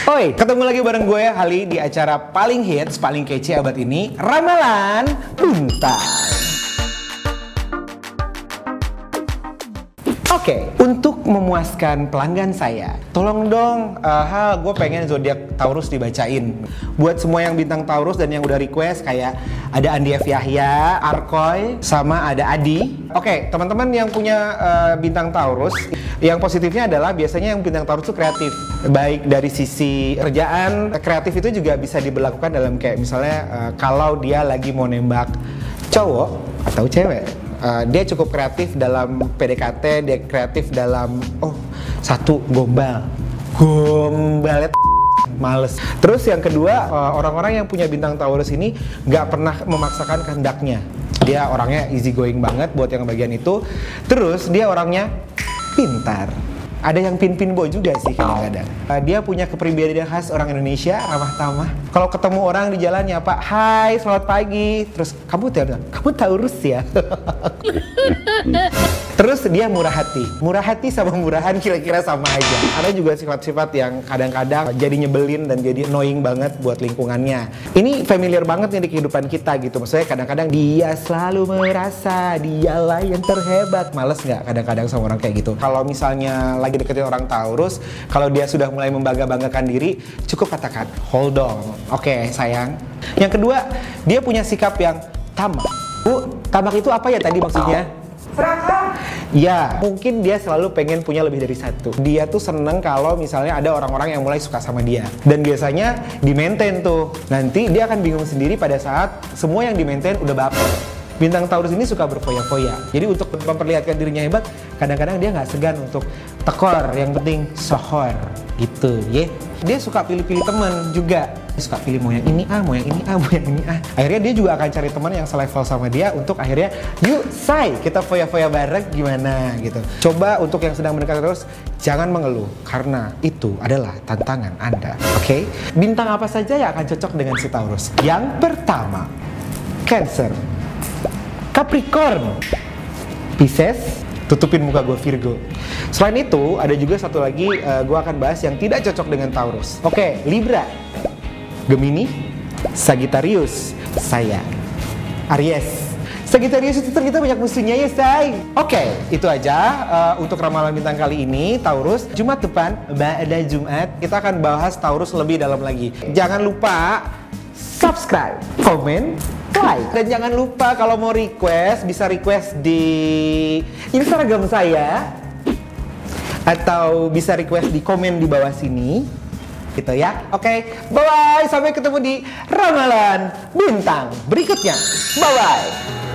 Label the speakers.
Speaker 1: Oi, ketemu lagi bareng gue Hali di acara paling hits, paling kece abad ini, Ramalan Bintang. Oke, untuk memuaskan pelanggan saya, tolong dong, gue pengen zodiak Taurus dibacain. Buat semua yang bintang Taurus dan yang udah request, kayak ada Andi F. Yahya, Arkoy, sama ada Adi. Oke, teman-teman yang punya bintang Taurus, yang positifnya adalah biasanya yang bintang Taurus itu kreatif. Baik dari sisi kerjaan, kreatif itu juga bisa diberlakukan dalam kayak misalnya kalau dia lagi mau nembak cowok atau cewek. Dia cukup kreatif dalam PDKT, dia kreatif dalam gombalnya males. Terus yang kedua, orang-orang yang punya bintang Taurus ini nggak pernah memaksakan kehendaknya. Dia orangnya easy going banget buat yang bagian itu. Terus dia orangnya pintar. Ada yang pin-pin boy juga sih kadang-kadang. Dia punya kepribadian khas orang Indonesia, ramah tamah. Kalau ketemu orang di jalan ya Pak, hai selamat pagi. Terus kamu Taurus ya? Terus dia murah hati. Murah hati sama murahan kira-kira sama aja. Ada juga sifat-sifat yang kadang-kadang jadi nyebelin dan jadi annoying banget buat lingkungannya. Ini familiar banget nih di kehidupan kita gitu. Maksudnya kadang-kadang dia selalu merasa dialah yang terhebat. Males nggak kadang-kadang sama orang kayak gitu? Kalau misalnya lagi deketin orang Taurus, kalau dia sudah mulai membangga-banggakan diri, cukup katakan, hold on. Oke, sayang. Yang kedua, dia punya sikap yang tamak. Bu, tamak itu apa ya tadi maksudnya? Serakah. Ya, mungkin dia selalu pengen punya lebih dari satu. Dia tuh seneng kalau misalnya ada orang-orang yang mulai suka sama dia. Dan biasanya di-maintain tuh. Nanti dia akan bingung sendiri pada saat semua yang di-maintain udah baper. Bintang Taurus ini suka berfoya-foya. Jadi untuk memperlihatkan dirinya hebat, kadang-kadang dia nggak segan untuk tekor. Yang penting sohor gitu, ya. Dia suka pilih-pilih teman juga. Dia suka pilih mau yang ini mau yang ini mau yang ini Akhirnya dia juga akan cari teman yang selevel sama dia untuk akhirnya, yuk say, kita foya-foya bareng gimana gitu. Coba untuk yang sedang mendekati Taurus, jangan mengeluh karena itu adalah tantangan Anda. Oke? Bintang apa saja yang akan cocok dengan si Taurus? Yang pertama, Cancer, Capricorn, Pisces, tutupin muka gue Virgo. Selain itu, ada juga satu lagi gue akan bahas yang tidak cocok dengan Taurus. Oke, Libra, Gemini, Sagittarius, saya, Aries. Sagittarius itu ternyata banyak musuhnya ya say. Oke, itu aja untuk ramalan bintang kali ini Taurus. Jumat depan, pada Jumat, kita akan bahas Taurus lebih dalam lagi. Jangan lupa subscribe, komen, like. Dan jangan lupa kalau mau request, bisa request di Instagram saya atau bisa request di komen di bawah sini gitu ya. Oke, bye-bye. Sampai ketemu di ramalan bintang berikutnya. Bye-bye.